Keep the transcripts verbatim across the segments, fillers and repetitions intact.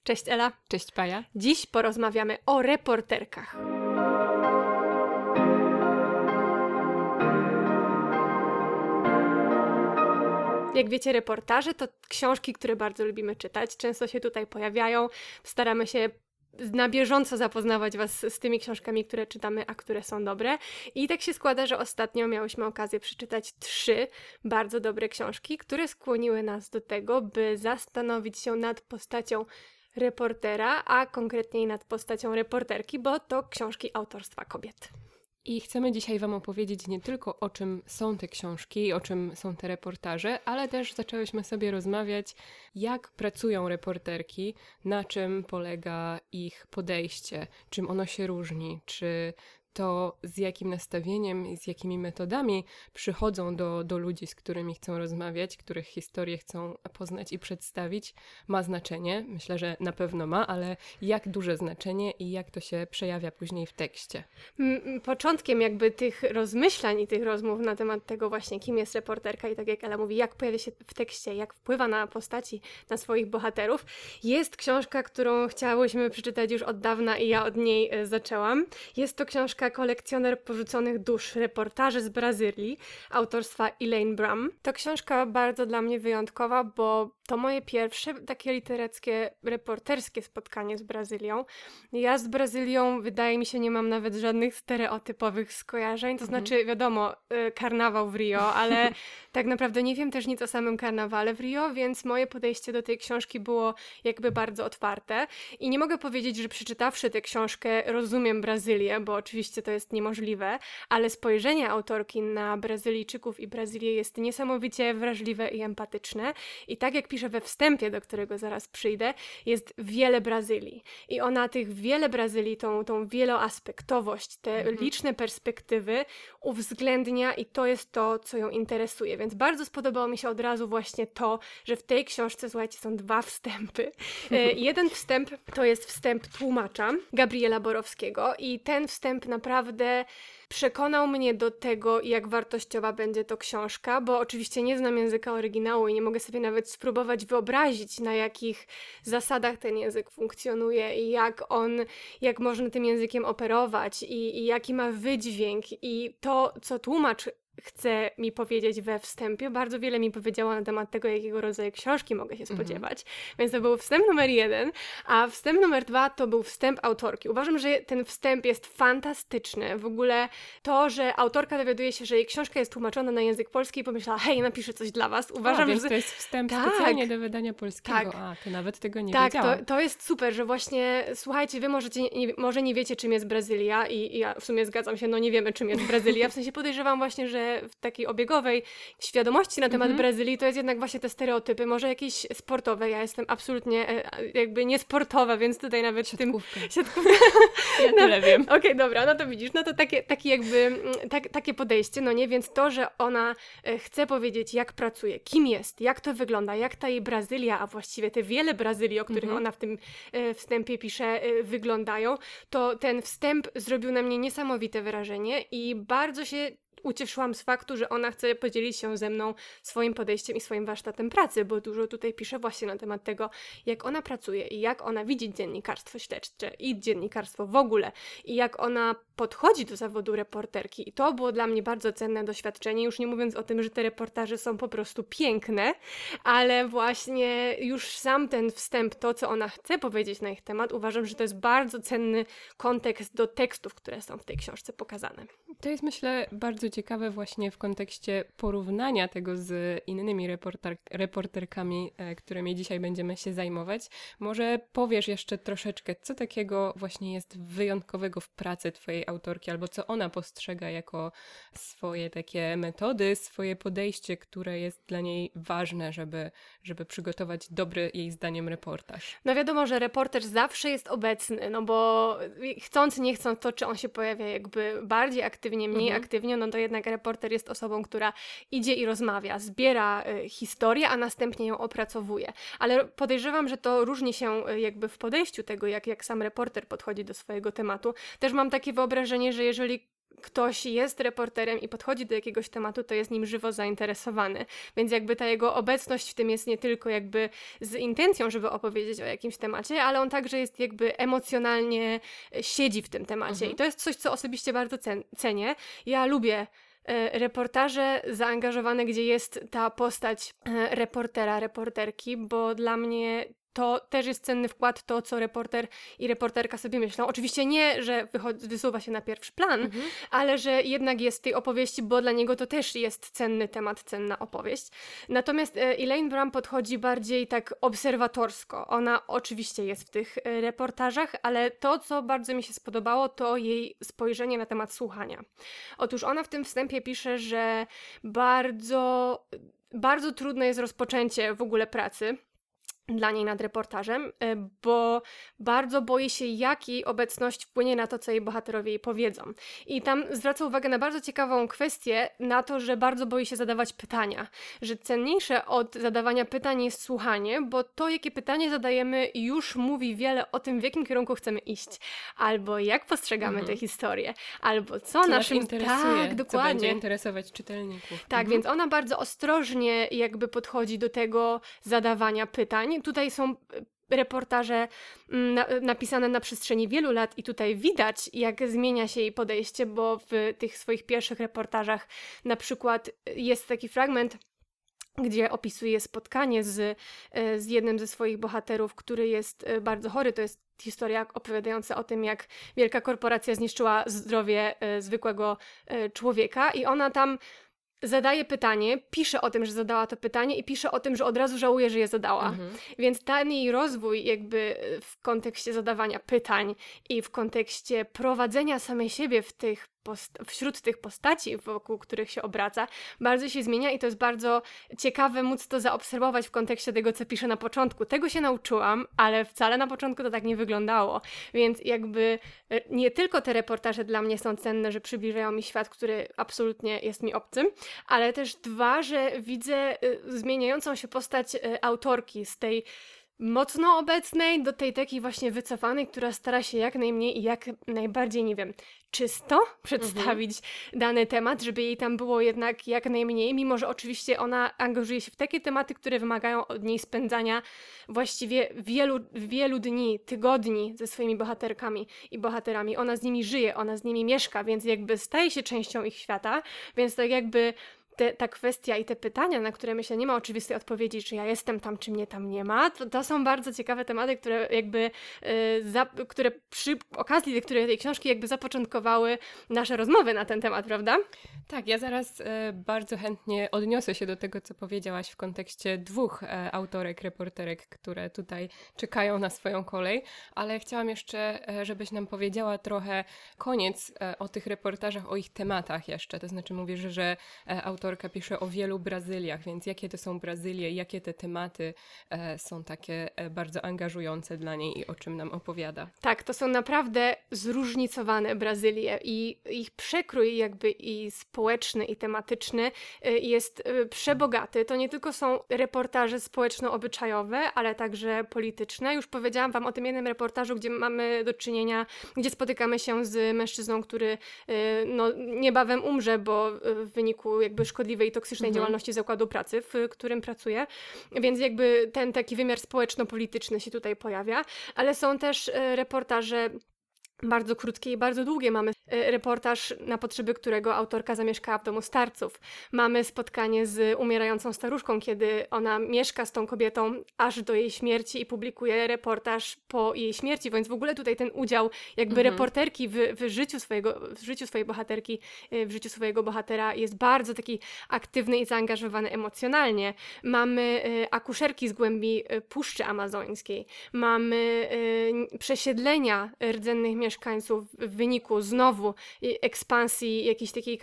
Cześć Ela. Cześć Paja. Dziś porozmawiamy o reporterkach. Jak wiecie, reportaże to książki, które bardzo lubimy czytać. Często się tutaj pojawiają. Staramy się na bieżąco zapoznawać Was z tymi książkami, które czytamy, a które są dobre. I tak się składa, że ostatnio miałyśmy okazję przeczytać trzy bardzo dobre książki, które skłoniły nas do tego, by zastanowić się nad postacią reportera, a konkretniej nad postacią reporterki, bo to książki autorstwa kobiet. I chcemy dzisiaj Wam opowiedzieć nie tylko o czym są te książki, o czym są te reportaże, ale też zaczęłyśmy sobie rozmawiać, jak pracują reporterki, na czym polega ich podejście, czym ono się różni, czy to z jakim nastawieniem i z jakimi metodami przychodzą do, do ludzi, z którymi chcą rozmawiać, których historię chcą poznać i przedstawić, ma znaczenie. Myślę, że na pewno ma, ale jak duże znaczenie i jak to się przejawia później w tekście. Początkiem jakby tych rozmyślań i tych rozmów na temat tego właśnie, kim jest reporterka i tak jak Ela mówi, jak pojawia się w tekście, jak wpływa na postaci, na swoich bohaterów, jest książka, którą chciałyśmy przeczytać już od dawna i ja od niej zaczęłam. Jest to książka Kolekcjoner porzuconych dusz, reportaże z Brazylii, autorstwa Elaine Bram. To książka bardzo dla mnie wyjątkowa, bo to moje pierwsze takie literackie, reporterskie spotkanie z Brazylią. Ja z Brazylią, wydaje mi się, nie mam nawet żadnych stereotypowych skojarzeń, to Mhm. znaczy, wiadomo, y, karnawał w Rio, ale tak naprawdę nie wiem też nic o samym karnawale w Rio, więc moje podejście do tej książki było jakby bardzo otwarte i nie mogę powiedzieć, że przeczytawszy tę książkę rozumiem Brazylię, bo oczywiście to jest niemożliwe, ale spojrzenie autorki na Brazylijczyków i Brazylię jest niesamowicie wrażliwe i empatyczne i tak jak pisze we wstępie, do którego zaraz przyjdę, jest wiele Brazylii i ona tych wiele Brazylii, tą, tą wieloaspektowość, te Mhm. liczne perspektywy uwzględnia i to jest to, co ją interesuje, więc bardzo spodobało mi się od razu właśnie to, że w tej książce, słuchajcie, są dwa wstępy. E, jeden wstęp to jest wstęp tłumacza Gabriela Borowskiego i ten wstęp naprawdę przekonał mnie do tego, jak wartościowa będzie to książka, bo oczywiście nie znam języka oryginału i nie mogę sobie nawet spróbować wyobrazić, na jakich zasadach ten język funkcjonuje i jak on, jak można tym językiem operować i, i jaki ma wydźwięk i to, co tłumacz chce mi powiedzieć we wstępie, bardzo wiele mi powiedziała na temat tego, jakiego rodzaju książki mogę się spodziewać. Mhm. Więc to był wstęp numer jeden, a wstęp numer dwa to był wstęp autorki. Uważam, że ten wstęp jest fantastyczny. W ogóle to, że autorka dowiaduje się, że jej książka jest tłumaczona na język polski i pomyślała, hej, napiszę coś dla was. Uważam, a, więc że to jest wstęp tak, specjalnie do wydania polskiego. Tak. A, to nawet tego nie tak, wiedziałam. Tak, to, to jest super, że właśnie, słuchajcie, wy możecie, nie, może nie wiecie, czym jest Brazylia i, i ja w sumie zgadzam się, no nie wiemy, czym jest Brazylia. W sensie podejrzewam właśnie, że w takiej obiegowej świadomości na temat mm-hmm. Brazylii to jest jednak właśnie te stereotypy, może jakieś sportowe. Ja jestem absolutnie e, jakby niesportowa, więc tutaj nawet Siatkówka. tym... Siatkówka. Ja tyle no, wiem. Okej, okay, dobra, no to widzisz, no to takie, takie jakby, tak, takie podejście, no nie, więc to, że ona e, chce powiedzieć, jak pracuje, kim jest, jak to wygląda, jak ta jej Brazylia, a właściwie te wiele Brazylii, o których mm-hmm. ona w tym e, wstępie pisze, e, wyglądają, to ten wstęp zrobił na mnie niesamowite wrażenie i bardzo się ucieszyłam z faktu, że ona chce podzielić się ze mną swoim podejściem i swoim warsztatem pracy, bo dużo tutaj pisze właśnie na temat tego, jak ona pracuje i jak ona widzi dziennikarstwo śledcze i dziennikarstwo w ogóle i jak ona podchodzi do zawodu reporterki. I to było dla mnie bardzo cenne doświadczenie, już nie mówiąc o tym, że te reportaże są po prostu piękne, ale właśnie już sam ten wstęp, to co ona chce powiedzieć na ich temat, uważam, że to jest bardzo cenny kontekst do tekstów, które są w tej książce pokazane. To jest, myślę, bardzo ciekawe właśnie w kontekście porównania tego z innymi reporter- reporterkami, e, którymi dzisiaj będziemy się zajmować. Może powiesz jeszcze troszeczkę, co takiego właśnie jest wyjątkowego w pracy twojej autorki, albo co ona postrzega jako swoje takie metody, swoje podejście, które jest dla niej ważne, żeby, żeby przygotować dobry, jej zdaniem, reportaż. No wiadomo, że reporter zawsze jest obecny, no bo chcąc, nie chcąc, to czy on się pojawia jakby bardziej aktywnie, mniej mhm. aktywnie, no to jednak reporter jest osobą, która idzie i rozmawia, zbiera y, historię, a następnie ją opracowuje. Ale podejrzewam, że to różni się y, jakby w podejściu tego, jak, jak sam reporter podchodzi do swojego tematu. Też mam takie wyobrażenie, że jeżeli ktoś jest reporterem i podchodzi do jakiegoś tematu, to jest nim żywo zainteresowany. Więc jakby ta jego obecność w tym jest nie tylko jakby z intencją, żeby opowiedzieć o jakimś temacie, ale on także jest jakby emocjonalnie siedzi w tym temacie. Mhm. I to jest coś, co osobiście bardzo cen- cenię. Ja lubię e, reportaże zaangażowane, gdzie jest ta postać e, reportera, reporterki, bo dla mnie to też jest cenny wkład, to co reporter i reporterka sobie myślą. Oczywiście nie, że wycho- wysuwa się na pierwszy plan, Mhm. ale że jednak jest w tej opowieści, bo dla niego to też jest cenny temat, cenna opowieść. Natomiast e, Elaine Bram podchodzi bardziej tak obserwatorsko. Ona oczywiście jest w tych e, reportażach, ale to, co bardzo mi się spodobało, to jej spojrzenie na temat słuchania. Otóż ona w tym wstępie pisze, że bardzo, bardzo trudne jest rozpoczęcie w ogóle pracy dla niej nad reportażem, e, bo bardzo boi się, jak jej obecność wpłynie na to, co jej bohaterowie jej powiedzą. I tam zwraca uwagę na bardzo ciekawą kwestię, na to, że bardzo boi się zadawać pytania, że cenniejsze od zadawania pytań jest słuchanie, bo to, jakie pytanie zadajemy, już mówi wiele o tym, w jakim kierunku chcemy iść, albo jak postrzegamy Mhm. tę historię, albo co, Co nas naszym... interesuje, Tak, dokładnie. co będzie interesować czytelników. Tak, Mhm. więc ona bardzo ostrożnie jakby podchodzi do tego zadawania pytań. Tutaj są e, reportaże mm, na, napisane na przestrzeni wielu lat i tutaj widać, jak zmienia się jej podejście, bo w tych swoich pierwszych reportażach na przykład jest taki fragment, gdzie opisuje spotkanie z, e, z jednym ze swoich bohaterów, który jest e, bardzo chory. To jest historia opowiadająca o tym, jak wielka korporacja zniszczyła zdrowie e, zwykłego e, człowieka i ona tam zadaje pytanie, pisze o tym, że zadała to pytanie i pisze o tym, że od razu żałuje, że je zadała. Mhm. Więc ten jej rozwój jakby w kontekście zadawania pytań i w kontekście prowadzenia samej siebie w tych post- wśród tych postaci, wokół których się obraca, bardzo się zmienia i to jest bardzo ciekawe móc to zaobserwować w kontekście tego, co pisze na początku. Tego się nauczyłam, ale wcale na początku to tak nie wyglądało. Więc jakby e, nie tylko te reportaże dla mnie są cenne, że przybliżają mi świat, który absolutnie jest mi obcy, ale też dwa, że widzę y, zmieniającą się postać y, autorki z tej mocno obecnej do tej takiej właśnie wycofanej, która stara się jak najmniej i jak najbardziej, nie wiem, czysto przedstawić dany temat, żeby jej tam było jednak jak najmniej, mimo że oczywiście ona angażuje się w takie tematy, które wymagają od niej spędzania właściwie wielu, wielu dni, tygodni ze swoimi bohaterkami i bohaterami. Ona z nimi żyje, ona z nimi mieszka, więc jakby staje się częścią ich świata, więc tak jakby te, ta kwestia i te pytania, na które myślę, nie ma oczywistej odpowiedzi, czy ja jestem tam, czy mnie tam nie ma, to, to są bardzo ciekawe tematy, które jakby, y, za, które przy okazji które tej książki jakby zapoczątkowały nasze rozmowy na ten temat, prawda? Tak, ja zaraz e, bardzo chętnie odniosę się do tego, co powiedziałaś w kontekście dwóch e, autorek, reporterek, które tutaj czekają na swoją kolej, ale chciałam jeszcze, e, żebyś nam powiedziała trochę koniec e, o tych reportażach, o ich tematach jeszcze, to znaczy mówisz, że, że e, autorka pisze o wielu Brazyliach, więc jakie to są Brazylie, jakie te tematy e, są takie e, bardzo angażujące dla niej i o czym nam opowiada? Tak, to są naprawdę zróżnicowane Brazylie i ich przekrój jakby i społeczny i tematyczny y, jest y, przebogaty. To nie tylko są reportaże społeczno-obyczajowe, ale także polityczne. Już powiedziałam wam o tym jednym reportażu, gdzie mamy do czynienia, gdzie spotykamy się z mężczyzną, który y, no, niebawem umrze, bo y, w wyniku jakby szkodliwej i toksycznej Mhm. działalności zakładu pracy, w którym pracuje. Więc jakby ten taki wymiar społeczno-polityczny się tutaj pojawia, ale są też e, reportaże bardzo krótkie i bardzo długie. Mamy e, reportaż, na potrzeby którego autorka zamieszkała w domu starców. Mamy spotkanie z umierającą staruszką, kiedy ona mieszka z tą kobietą aż do jej śmierci i publikuje reportaż po jej śmierci, więc w ogóle tutaj ten udział jakby Mhm. reporterki w, w, życiu swojego, w życiu swojej bohaterki, e, w życiu swojego bohatera jest bardzo taki aktywny i zaangażowany emocjonalnie. Mamy e, akuszerki z głębi e, Puszczy Amazońskiej. Mamy e, przesiedlenia rdzennych mieszkańców w wyniku znowu ekspansji jakiejś takiej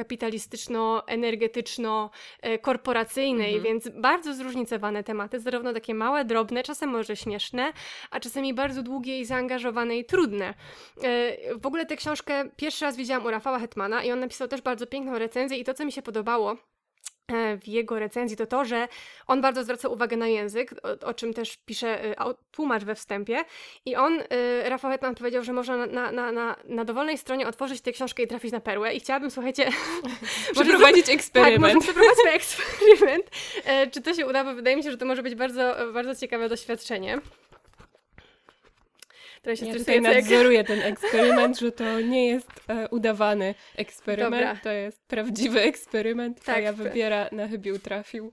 kapitalistyczno-energetyczno-korporacyjnej, Mhm. więc bardzo zróżnicowane tematy, zarówno takie małe, drobne, czasem może śmieszne, a czasami bardzo długie i zaangażowane i trudne. E, W ogóle tę książkę pierwszy raz widziałam u Rafała Hetmana i on napisał też bardzo piękną recenzję i to, co mi się podobało, w jego recenzji, to to, że on bardzo zwraca uwagę na język, o, o czym też pisze tłumacz we wstępie. I on, Rafał Hetman, powiedział, że można na, na, na, na dowolnej stronie otworzyć tę książkę i trafić na perłę. I chciałabym, słuchajcie... przeprowadzić eksperyment. Tak, może przeprowadźmy eksperyment. Czy to się uda, bo wydaje mi się, że to może być bardzo, bardzo ciekawe doświadczenie. Się ja tutaj nadzoruję ten eksperyment, że to nie jest e, udawany eksperyment, Dobra. To jest prawdziwy eksperyment. Tak, Kaja wybiera, na chybił trafił.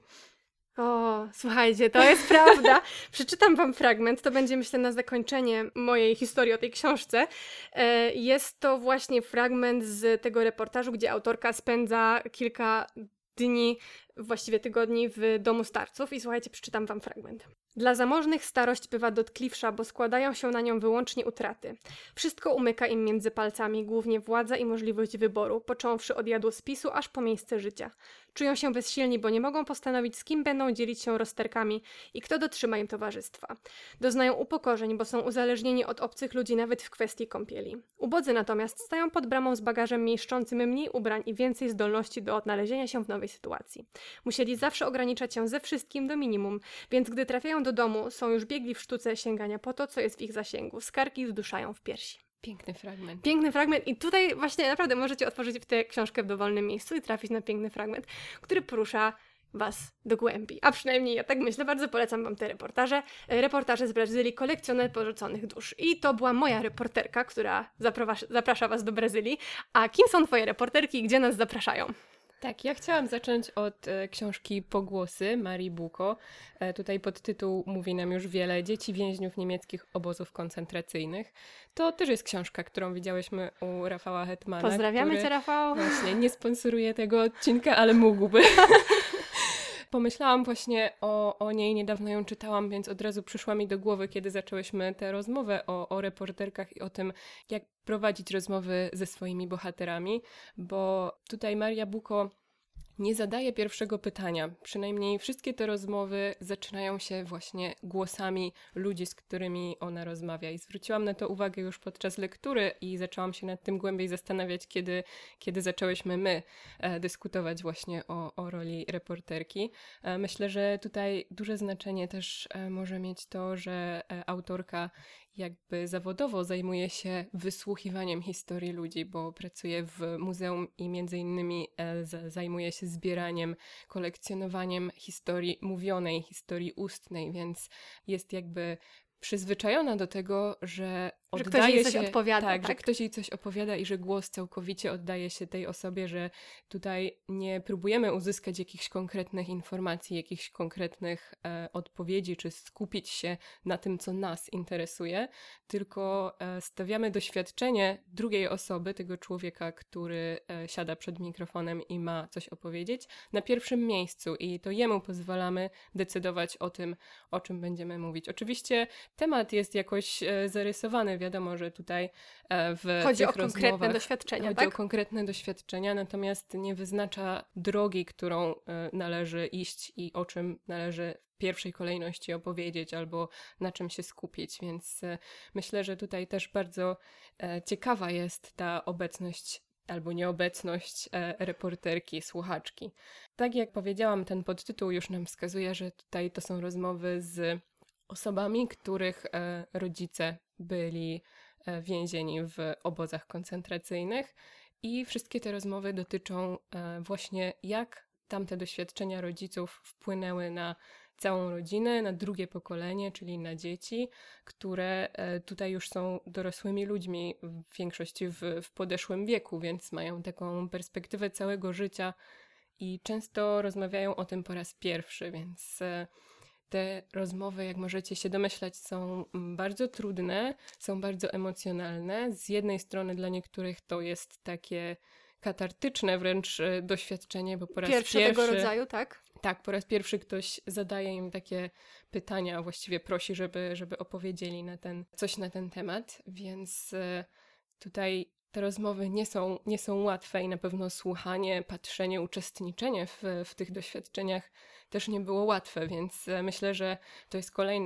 O, słuchajcie, to jest prawda. Przeczytam wam fragment, to będzie, myślę, na zakończenie mojej historii o tej książce. E, jest to właśnie fragment z tego reportażu, gdzie autorka spędza kilka dni, właściwie tygodni w domu starców. I słuchajcie, przeczytam wam fragment. Dla zamożnych starość bywa dotkliwsza, bo składają się na nią wyłącznie utraty. Wszystko umyka im między palcami, głównie władza i możliwość wyboru, począwszy od jadłospisu aż po miejsce życia. Czują się bezsilni, bo nie mogą postanowić, z kim będą dzielić się rozterkami i kto dotrzyma im towarzystwa. Doznają upokorzeń, bo są uzależnieni od obcych ludzi nawet w kwestii kąpieli. Ubodzy natomiast stają pod bramą z bagażem mieszczącym mniej ubrań i więcej zdolności do odnalezienia się w nowej sytuacji. Musieli zawsze ograniczać się ze wszystkim do minimum, więc gdy trafiają do domu, są już biegli w sztuce sięgania po to, co jest w ich zasięgu. Skargi zduszają w piersi. Piękny fragment. Piękny fragment i tutaj właśnie naprawdę możecie otworzyć tę książkę w dowolnym miejscu i trafić na piękny fragment, który porusza was do głębi. A przynajmniej ja tak myślę, bardzo polecam wam te reportaże. Reportaże z Brazylii, kolekcjoner porzuconych dusz. I to była moja reporterka, która zaprasza, zaprasza was do Brazylii. A kim są twoje reporterki i gdzie nas zapraszają? Tak, ja chciałam zacząć od e, książki Pogłosy Marii Buko. E, tutaj podtytuł mówi nam już wiele. Dzieci więźniów niemieckich obozów koncentracyjnych. To też jest książka, którą widziałyśmy u Rafała Hetmana. Pozdrawiamy cię, Rafał. Właśnie nie sponsoruje tego odcinka, ale mógłby. Pomyślałam właśnie o, o niej, niedawno ją czytałam, więc od razu przyszła mi do głowy, kiedy zaczęłyśmy tę rozmowę o, o reporterkach i o tym, jak prowadzić rozmowy ze swoimi bohaterami, bo tutaj Maria Buko nie zadaje pierwszego pytania. Przynajmniej wszystkie te rozmowy zaczynają się właśnie głosami ludzi, z którymi ona rozmawia. I zwróciłam na to uwagę już podczas lektury i zaczęłam się nad tym głębiej zastanawiać, kiedy, kiedy zaczęłyśmy my e, dyskutować właśnie o, o roli reporterki. E, myślę, że tutaj duże znaczenie też e, może mieć to, że e, autorka jakby zawodowo zajmuje się wysłuchiwaniem historii ludzi, bo pracuje w muzeum i między innymi e, z, zajmuje się zbieraniem, kolekcjonowaniem historii mówionej, historii ustnej, więc jest jakby przyzwyczajona do tego, że oddaje że ktoś jej coś się, odpowiada. Tak, tak, że ktoś jej coś opowiada i że głos całkowicie oddaje się tej osobie, że tutaj nie próbujemy uzyskać jakichś konkretnych informacji, jakichś konkretnych e, odpowiedzi, czy skupić się na tym, co nas interesuje, tylko e, stawiamy doświadczenie drugiej osoby, tego człowieka, który e, siada przed mikrofonem i ma coś opowiedzieć, na pierwszym miejscu i to jemu pozwalamy decydować o tym, o czym będziemy mówić. Oczywiście temat jest jakoś e, zarysowany, wiadomo, że tutaj e, w Chodzi tych o konkretne doświadczenia, Chodzi tak? o konkretne doświadczenia, natomiast nie wyznacza drogi, którą e, należy iść i o czym należy w pierwszej kolejności opowiedzieć albo na czym się skupić, więc e, myślę, że tutaj też bardzo e, ciekawa jest ta obecność albo nieobecność e, reporterki, słuchaczki. Tak jak powiedziałam, ten podtytuł już nam wskazuje, że tutaj to są rozmowy z osobami, których e, rodzice byli e, więzieni w obozach koncentracyjnych i wszystkie te rozmowy dotyczą e, właśnie jak tamte doświadczenia rodziców wpłynęły na całą rodzinę, na drugie pokolenie, czyli na dzieci, które e, tutaj już są dorosłymi ludźmi, w większości w, w podeszłym wieku, więc mają taką perspektywę całego życia i często rozmawiają o tym po raz pierwszy, więc e, te rozmowy, jak możecie się domyślać, są bardzo trudne, są bardzo emocjonalne. Z jednej strony dla niektórych to jest takie katartyczne wręcz doświadczenie, bo po raz Pierwsze pierwszy... tego rodzaju, tak? Tak, po raz pierwszy ktoś zadaje im takie pytania, właściwie prosi, żeby, żeby opowiedzieli na ten, coś na ten temat, więc tutaj te rozmowy nie są, nie są łatwe i na pewno słuchanie, patrzenie, uczestniczenie w, w tych doświadczeniach też nie było łatwe, więc myślę, że to jest kolejna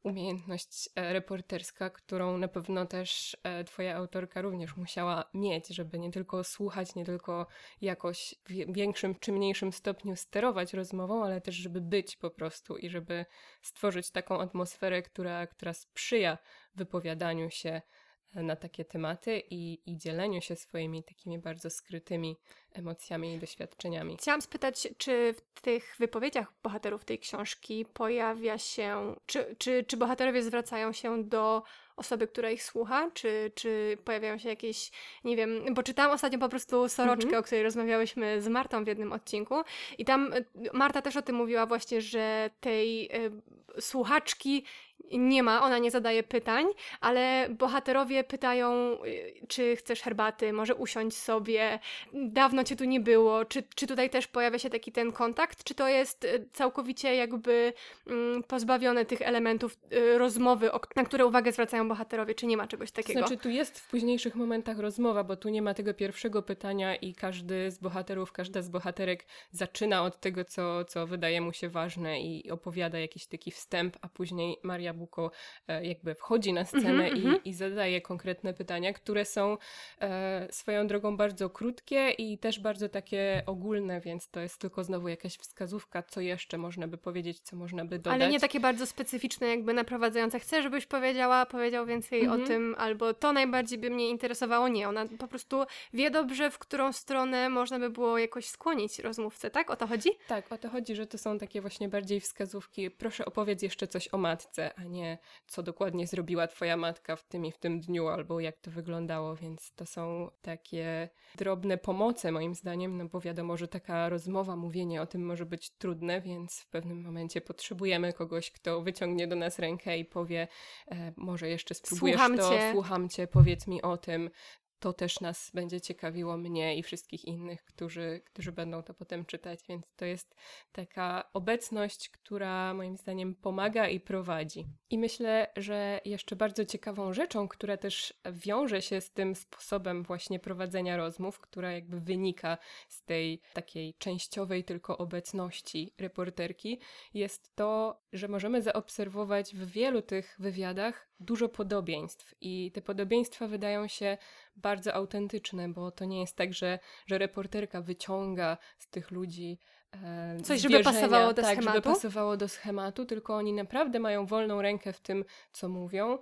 umiejętność e, reporterska, którą na pewno też e, twoja autorka również musiała mieć, żeby nie tylko słuchać, nie tylko jakoś w większym czy mniejszym stopniu sterować rozmową, ale też żeby być po prostu i żeby stworzyć taką atmosferę, która, która sprzyja wypowiadaniu się na takie tematy i, i dzieleniu się swoimi takimi bardzo skrytymi emocjami i doświadczeniami. Chciałam spytać, czy w tych wypowiedziach bohaterów tej książki pojawia się, czy, czy, czy bohaterowie zwracają się do osoby, która ich słucha, czy, czy pojawiają się jakieś, nie wiem, bo czytałam ostatnio po prostu Soroczkę, mhm. o której rozmawiałyśmy z Martą w jednym odcinku i tam Marta też o tym mówiła właśnie, że tej y, słuchaczki nie ma, ona nie zadaje pytań, ale bohaterowie pytają, czy chcesz herbaty, może usiądź sobie, dawno cię tu nie było, czy, czy tutaj też pojawia się taki ten kontakt, czy to jest całkowicie jakby mm, pozbawione tych elementów y, rozmowy, o, na które uwagę zwracają bohaterowie, czy nie ma czegoś takiego? To znaczy, tu jest w późniejszych momentach rozmowa, bo tu nie ma tego pierwszego pytania i każdy z bohaterów, każda z bohaterek zaczyna od tego, co, co wydaje mu się ważne i opowiada jakiś taki wstęp, a później Maria Buko e, jakby wchodzi na scenę mm-hmm, i, i zadaje konkretne pytania, które są e, swoją drogą bardzo krótkie i też bardzo takie ogólne, więc to jest tylko znowu jakaś wskazówka, co jeszcze można by powiedzieć, co można by dodać. Ale nie takie bardzo specyficzne, jakby naprowadzające. Chcę, żebyś powiedziała, powiedział więcej mm-hmm. o tym, albo to najbardziej by mnie interesowało. Nie, ona po prostu wie dobrze, w którą stronę można by było jakoś skłonić rozmówcę, tak? O to chodzi? Tak, o to chodzi, że to są takie właśnie bardziej wskazówki. Proszę opowiedz jeszcze coś o matce, a nie co dokładnie zrobiła twoja matka w tym i w tym dniu, albo jak to wyglądało, więc to są takie drobne pomoce moim zdaniem, no bo wiadomo, że taka rozmowa, mówienie o tym może być trudne, więc w pewnym momencie potrzebujemy kogoś, kto wyciągnie do nas rękę i powie, e, może jeszcze spróbujesz słucham to, cię. słucham cię, powiedz mi o tym. To też nas będzie ciekawiło, mnie i wszystkich innych, którzy, którzy będą to potem czytać, więc to jest taka obecność, która moim zdaniem pomaga i prowadzi. I myślę, że jeszcze bardzo ciekawą rzeczą, która też wiąże się z tym sposobem właśnie prowadzenia rozmów, która jakby wynika z tej takiej częściowej tylko obecności reporterki, jest to, że możemy zaobserwować w wielu tych wywiadach dużo podobieństw i te podobieństwa wydają się bardzo autentyczne, bo to nie jest tak, że, że reporterka wyciąga z tych ludzi e, coś, żeby pasowało do tak, schematu? żeby pasowało do schematu, tylko oni naprawdę mają wolną rękę w tym, co mówią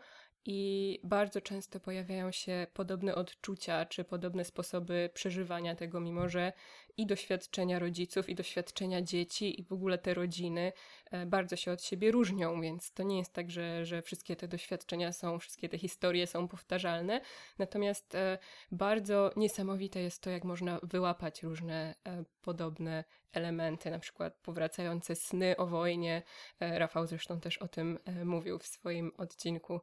i bardzo często pojawiają się podobne odczucia, czy podobne sposoby przeżywania tego, mimo że i doświadczenia rodziców, i doświadczenia dzieci, i w ogóle te rodziny e, bardzo się od siebie różnią, więc to nie jest tak, że, że wszystkie te doświadczenia są, wszystkie te historie są powtarzalne, natomiast e, bardzo niesamowite jest to, jak można wyłapać różne e, podobne elementy, na przykład powracające sny o wojnie. E, Rafał zresztą też o tym e, mówił w swoim odcinku,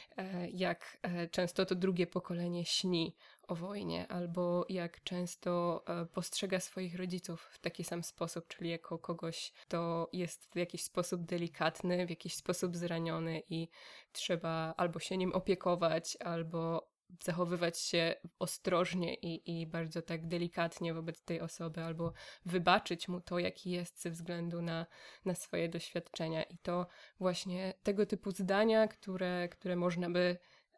e, jak e, często to drugie pokolenie śni o wojnie, albo jak często e, postrzega swoich rodziców w taki sam sposób, czyli jako kogoś, kto jest w jakiś sposób delikatny, w jakiś sposób zraniony i trzeba albo się nim opiekować, albo zachowywać się ostrożnie i, i bardzo tak delikatnie wobec tej osoby, albo wybaczyć mu to, jaki jest ze względu na, na swoje doświadczenia. I to właśnie tego typu zdania, które, które można by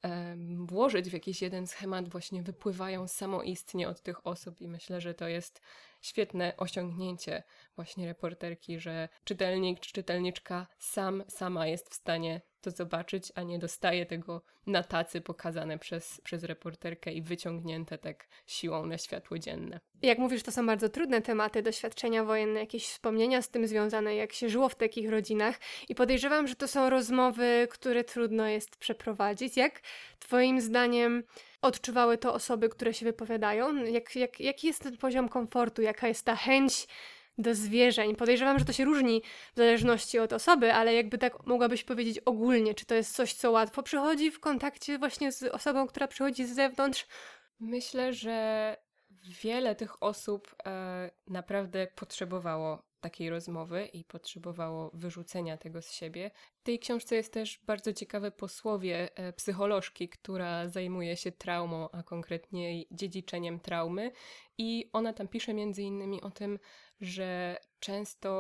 um, włożyć w jakiś jeden schemat, właśnie wypływają samoistnie od tych osób i myślę, że to jest świetne osiągnięcie właśnie reporterki, że czytelnik czy czytelniczka sam, sama jest w stanie to zobaczyć, a nie dostaje tego na tacy pokazane przez, przez reporterkę i wyciągnięte tak siłą na światło dzienne. Jak mówisz, to są bardzo trudne tematy, doświadczenia wojenne, jakieś wspomnienia z tym związane, jak się żyło w takich rodzinach i podejrzewam, że to są rozmowy, które trudno jest przeprowadzić. Jak twoim zdaniem odczuwały to osoby, które się wypowiadają? Jak, jak, jaki jest ten poziom komfortu? Jaka jest ta chęć do zwierzeń? Podejrzewam, że to się różni w zależności od osoby, ale jakby tak mogłabyś powiedzieć ogólnie, czy to jest coś, co łatwo przychodzi w kontakcie właśnie z osobą, która przychodzi z zewnątrz? Myślę, że wiele tych osób e, naprawdę potrzebowało takiej rozmowy i potrzebowało wyrzucenia tego z siebie. W tej książce jest też bardzo ciekawe posłowie e, psycholożki, która zajmuje się traumą, a konkretnie dziedziczeniem traumy i ona tam pisze między innymi o tym, że często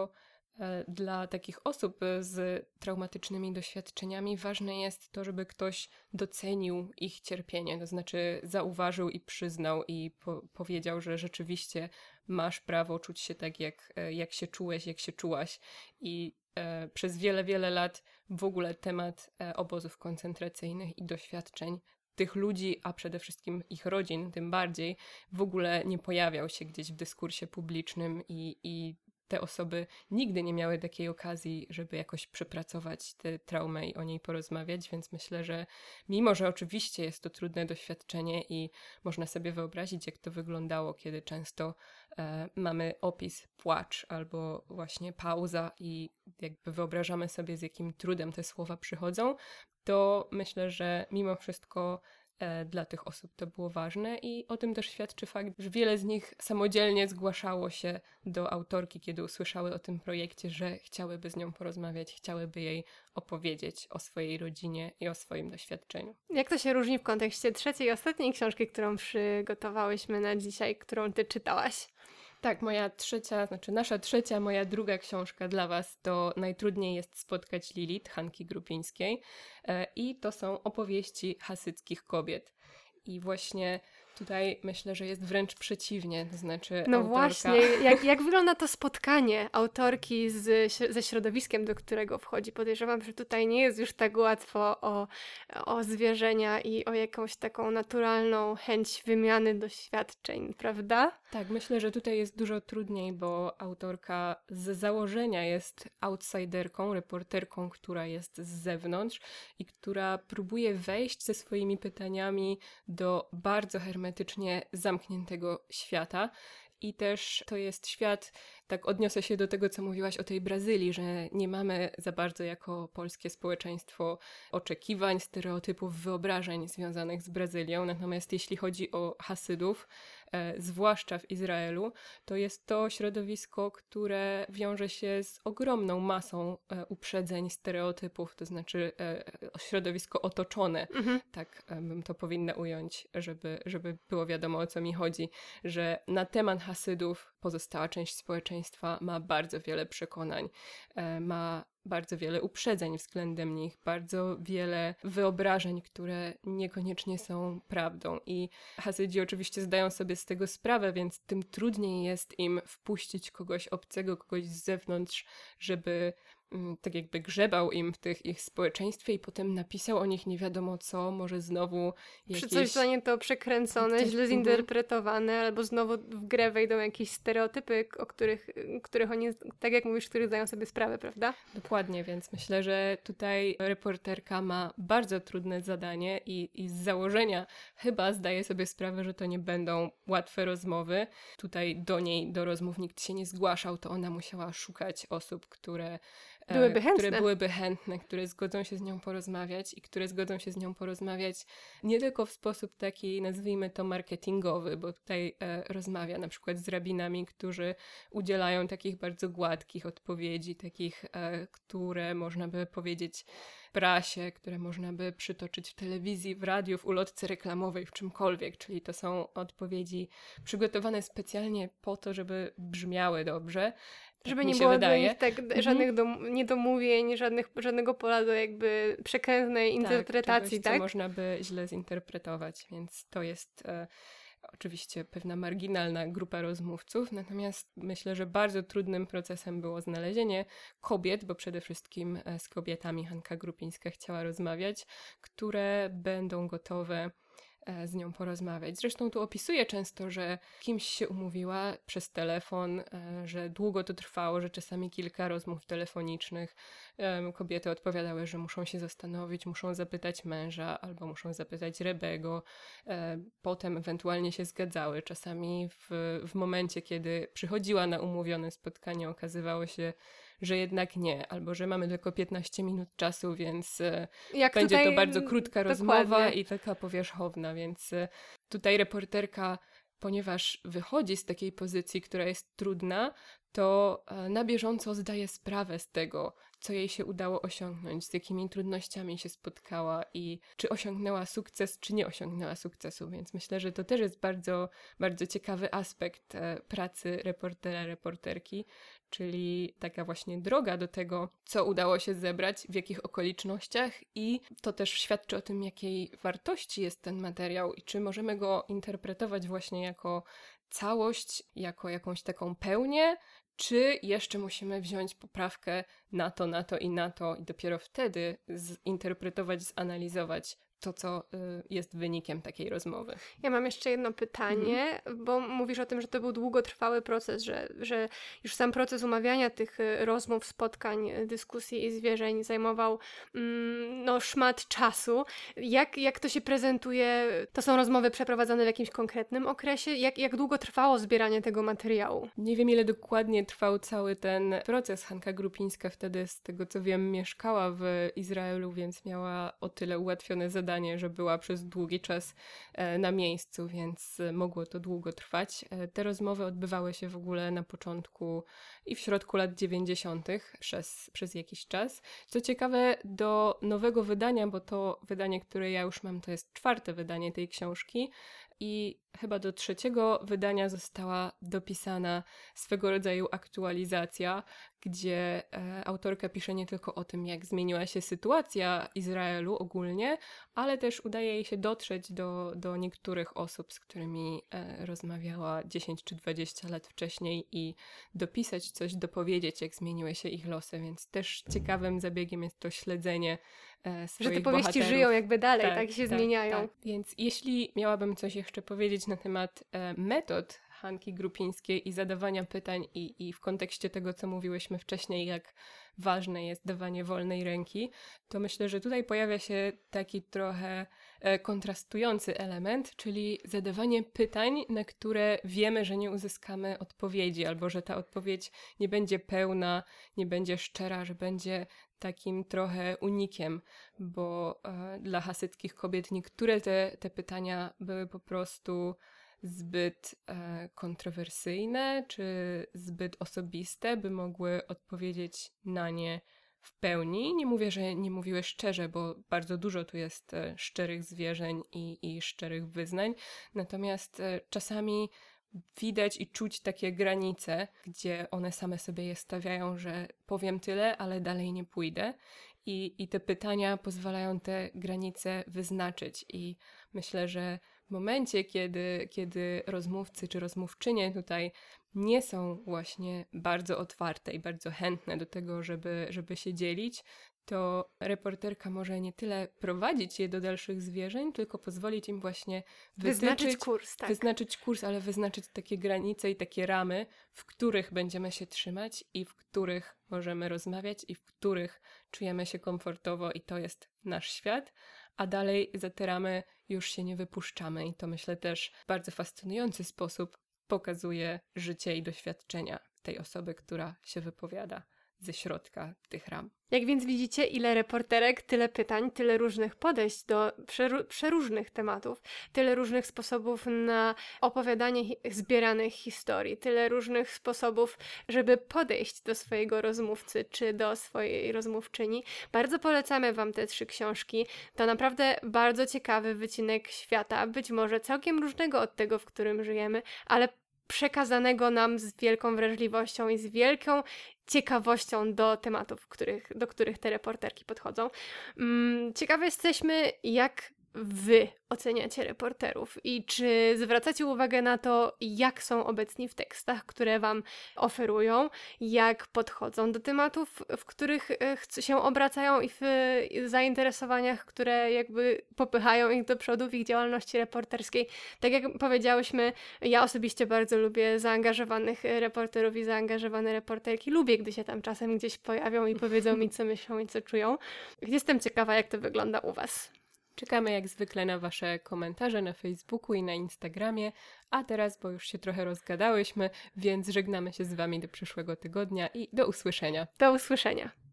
Dla takich osób z traumatycznymi doświadczeniami ważne jest to, żeby ktoś docenił ich cierpienie, to znaczy zauważył i przyznał i po- powiedział, że rzeczywiście masz prawo czuć się tak, jak, jak się czułeś, jak się czułaś. I e, przez wiele, wiele lat w ogóle temat e, obozów koncentracyjnych i doświadczeń tych ludzi, a przede wszystkim ich rodzin, tym bardziej, w ogóle nie pojawiał się gdzieś w dyskursie publicznym i, i te osoby nigdy nie miały takiej okazji, żeby jakoś przepracować tę traumę i o niej porozmawiać, więc myślę, że mimo, że oczywiście jest to trudne doświadczenie i można sobie wyobrazić, jak to wyglądało, kiedy często e, mamy opis, płacz albo właśnie pauza i jakby wyobrażamy sobie, z jakim trudem te słowa przychodzą, to myślę, że mimo wszystko dla tych osób to było ważne i o tym też świadczy fakt, że wiele z nich samodzielnie zgłaszało się do autorki, kiedy usłyszały o tym projekcie, że chciałyby z nią porozmawiać, chciałyby jej opowiedzieć o swojej rodzinie i o swoim doświadczeniu. Jak to się różni w kontekście trzeciej i ostatniej książki, którą przygotowałyśmy na dzisiaj, którą ty czytałaś? Tak, moja trzecia, znaczy nasza trzecia, moja druga książka dla was to Najtrudniej jest spotkać Lilith Hanki Grupińskiej e, i to są opowieści hasyckich kobiet. I właśnie tutaj myślę, że jest wręcz przeciwnie, to znaczy No autorka... właśnie, jak, jak wygląda to spotkanie autorki z, ze środowiskiem, do którego wchodzi? Podejrzewam, że tutaj nie jest już tak łatwo o, o zwierzenia i o jakąś taką naturalną chęć wymiany doświadczeń, prawda? Tak, myślę, że tutaj jest dużo trudniej, bo autorka z założenia jest outsiderką, reporterką, która jest z zewnątrz i która próbuje wejść ze swoimi pytaniami do bardzo hermetycznie zamkniętego świata. I też to jest świat, tak odniosę się do tego, co mówiłaś o tej Brazylii, że nie mamy za bardzo jako polskie społeczeństwo oczekiwań, stereotypów, wyobrażeń związanych z Brazylią. Natomiast jeśli chodzi o Hasydów, e, zwłaszcza w Izraelu, to jest to środowisko, które wiąże się z ogromną masą e, uprzedzeń, stereotypów, to znaczy e, środowisko otoczone, mhm. tak e, bym to powinna ująć, żeby, żeby było wiadomo, o co mi chodzi, że na temat Hasydów pozostała część społeczeństwa ma bardzo wiele przekonań, e, ma bardzo wiele uprzedzeń względem nich, bardzo wiele wyobrażeń, które niekoniecznie są prawdą. I Hasydzi oczywiście zdają sobie z tego sprawę, więc tym trudniej jest im wpuścić kogoś obcego, kogoś z zewnątrz, żeby tak jakby grzebał im w tych ich społeczeństwie i potem napisał o nich nie wiadomo co, może znowu jakieś... Czy coś zostanie to przekręcone, coś... źle zinterpretowane, mm-hmm. albo znowu w grę wejdą jakieś stereotypy, o których, których oni, tak jak mówisz, których zdają sobie sprawę, prawda? Dokładnie, więc myślę, że tutaj reporterka ma bardzo trudne zadanie i, i z założenia chyba zdaje sobie sprawę, że to nie będą łatwe rozmowy. Tutaj do niej, do rozmów nikt się nie zgłaszał, to ona musiała szukać osób, które Byłyby chętne. które byłyby chętne, które zgodzą się z nią porozmawiać i które zgodzą się z nią porozmawiać nie tylko w sposób taki, nazwijmy to marketingowy, bo tutaj e, rozmawia na przykład z rabinami, którzy udzielają takich bardzo gładkich odpowiedzi, takich, e, które można by powiedzieć w prasie, które można by przytoczyć w telewizji, w radiu, w ulotce reklamowej, w czymkolwiek, czyli to są odpowiedzi przygotowane specjalnie po to, żeby brzmiały dobrze. Żeby nie było wydaje. Dla nich tak, mhm. żadnych dom- niedomówień, żadnych, żadnego pola do jakby przekrętnej interpretacji, czegoś, tak? co można by źle zinterpretować, więc to jest e, oczywiście pewna marginalna grupa rozmówców, natomiast myślę, że bardzo trudnym procesem było znalezienie kobiet, bo przede wszystkim z kobietami Hanka Grupińska chciała rozmawiać, które będą gotowe z nią porozmawiać. Zresztą tu opisuje często, że kimś się umówiła przez telefon, że długo to trwało, że czasami kilka rozmów telefonicznych. Kobiety odpowiadały, że muszą się zastanowić, muszą zapytać męża albo muszą zapytać Rebego. Potem ewentualnie się zgadzały. Czasami w, w momencie, kiedy przychodziła na umówione spotkanie, okazywało się, że jednak nie, albo że mamy tylko piętnaście minut czasu, więc Jak będzie tutaj... to bardzo krótka Dokładnie. rozmowa i taka powierzchowna, więc tutaj reporterka, ponieważ wychodzi z takiej pozycji, która jest trudna, to na bieżąco zdaje sprawę z tego, co jej się udało osiągnąć, z jakimi trudnościami się spotkała i czy osiągnęła sukces, czy nie osiągnęła sukcesu. Więc myślę, że to też jest bardzo, bardzo ciekawy aspekt pracy reportera, reporterki, czyli taka właśnie droga do tego, co udało się zebrać, w jakich okolicznościach i to też świadczy o tym, jakiej wartości jest ten materiał i czy możemy go interpretować właśnie jako całość, jako jakąś taką pełnię, czy jeszcze musimy wziąć poprawkę na to, na to i na to i dopiero wtedy zinterpretować, zanalizować to, co y, jest wynikiem takiej rozmowy. Ja mam jeszcze jedno pytanie, mhm. bo mówisz o tym, że to był długotrwały proces, że, że już sam proces umawiania tych rozmów, spotkań, dyskusji i zwierzeń zajmował mm, no, szmat czasu. Jak, jak to się prezentuje? To są rozmowy przeprowadzone w jakimś konkretnym okresie? Jak, jak długo trwało zbieranie tego materiału? Nie wiem, ile dokładnie trwał cały ten proces. Hanka Grupińska wtedy, z tego co wiem, mieszkała w Izraelu, więc miała o tyle ułatwione zadanie, że była przez długi czas e, na miejscu, więc mogło to długo trwać. E, te rozmowy odbywały się w ogóle na początku i w środku lat dziewięćdziesiątych przez, przez jakiś czas. Co ciekawe, do nowego wydania, bo to wydanie, które ja już mam, to jest czwarte wydanie tej książki i chyba do trzeciego wydania została dopisana swego rodzaju aktualizacja, gdzie e, autorka pisze nie tylko o tym, jak zmieniła się sytuacja Izraelu ogólnie, ale też udaje jej się dotrzeć do, do niektórych osób, z którymi e, rozmawiała dziesięć czy dwadzieścia lat wcześniej i dopisać coś, dopowiedzieć, jak zmieniły się ich losy, więc też ciekawym zabiegiem jest to śledzenie e, swoich Że te powieści bohaterów. żyją jakby dalej, tak, tak się tak, zmieniają. Tak. Więc jeśli miałabym coś jeszcze powiedzieć na temat e, metod Hanki Grupińskiej i zadawania pytań i, i w kontekście tego, co mówiłyśmy wcześniej, jak ważne jest dawanie wolnej ręki, to myślę, że tutaj pojawia się taki trochę e, kontrastujący element, czyli zadawanie pytań, na które wiemy, że nie uzyskamy odpowiedzi, albo że ta odpowiedź nie będzie pełna, nie będzie szczera, że będzie takim trochę unikiem, bo e, dla hasyckich kobiet niektóre te, te pytania były po prostu zbyt e, kontrowersyjne, czy zbyt osobiste, by mogły odpowiedzieć na nie w pełni. Nie mówię, że nie mówiły szczerze, bo bardzo dużo tu jest e, szczerych zwierzeń i, i szczerych wyznań, natomiast e, czasami widać i czuć takie granice, gdzie one same sobie je stawiają, że powiem tyle, ale dalej nie pójdę. I, i te pytania pozwalają te granice wyznaczyć. I myślę, że w momencie, kiedy, kiedy rozmówcy czy rozmówczynie tutaj nie są właśnie bardzo otwarte i bardzo chętne do tego, żeby, żeby się dzielić, to reporterka może nie tyle prowadzić je do dalszych zwierzeń, tylko pozwolić im właśnie wytyczyć, wyznaczyć kurs, tak. wyznaczyć kurs, ale wyznaczyć takie granice i takie ramy, w których będziemy się trzymać i w których możemy rozmawiać i w których czujemy się komfortowo i to jest nasz świat, a dalej za te ramy już się nie wypuszczamy i to myślę też w bardzo fascynujący sposób pokazuje życie i doświadczenia tej osoby, która się wypowiada ze środka tych ram. Jak więc widzicie, ile reporterek, tyle pytań, tyle różnych podejść do przeru- przeróżnych tematów, tyle różnych sposobów na opowiadanie hi- zbieranych historii, tyle różnych sposobów, żeby podejść do swojego rozmówcy czy do swojej rozmówczyni. Bardzo polecamy Wam te trzy książki. To naprawdę bardzo ciekawy wycinek świata, być może całkiem różnego od tego, w którym żyjemy, ale przekazanego nam z wielką wrażliwością i z wielką ciekawością do tematów, których, do których te reporterki podchodzą. Ciekawe jesteśmy, jak Wy oceniacie reporterów i czy zwracacie uwagę na to, jak są obecni w tekstach, które Wam oferują, jak podchodzą do tematów, w których się obracają i w zainteresowaniach, które jakby popychają ich do przodu w ich działalności reporterskiej. Tak jak powiedziałyśmy, ja osobiście bardzo lubię zaangażowanych reporterów i zaangażowane reporterki. Lubię, gdy się tam czasem gdzieś pojawią i powiedzą mi, co myślą i co czują. Jestem ciekawa, jak to wygląda u Was. Czekamy jak zwykle na Wasze komentarze na Facebooku i na Instagramie, a teraz, bo już się trochę rozgadałyśmy, więc żegnamy się z Wami do przyszłego tygodnia i do usłyszenia. Do usłyszenia.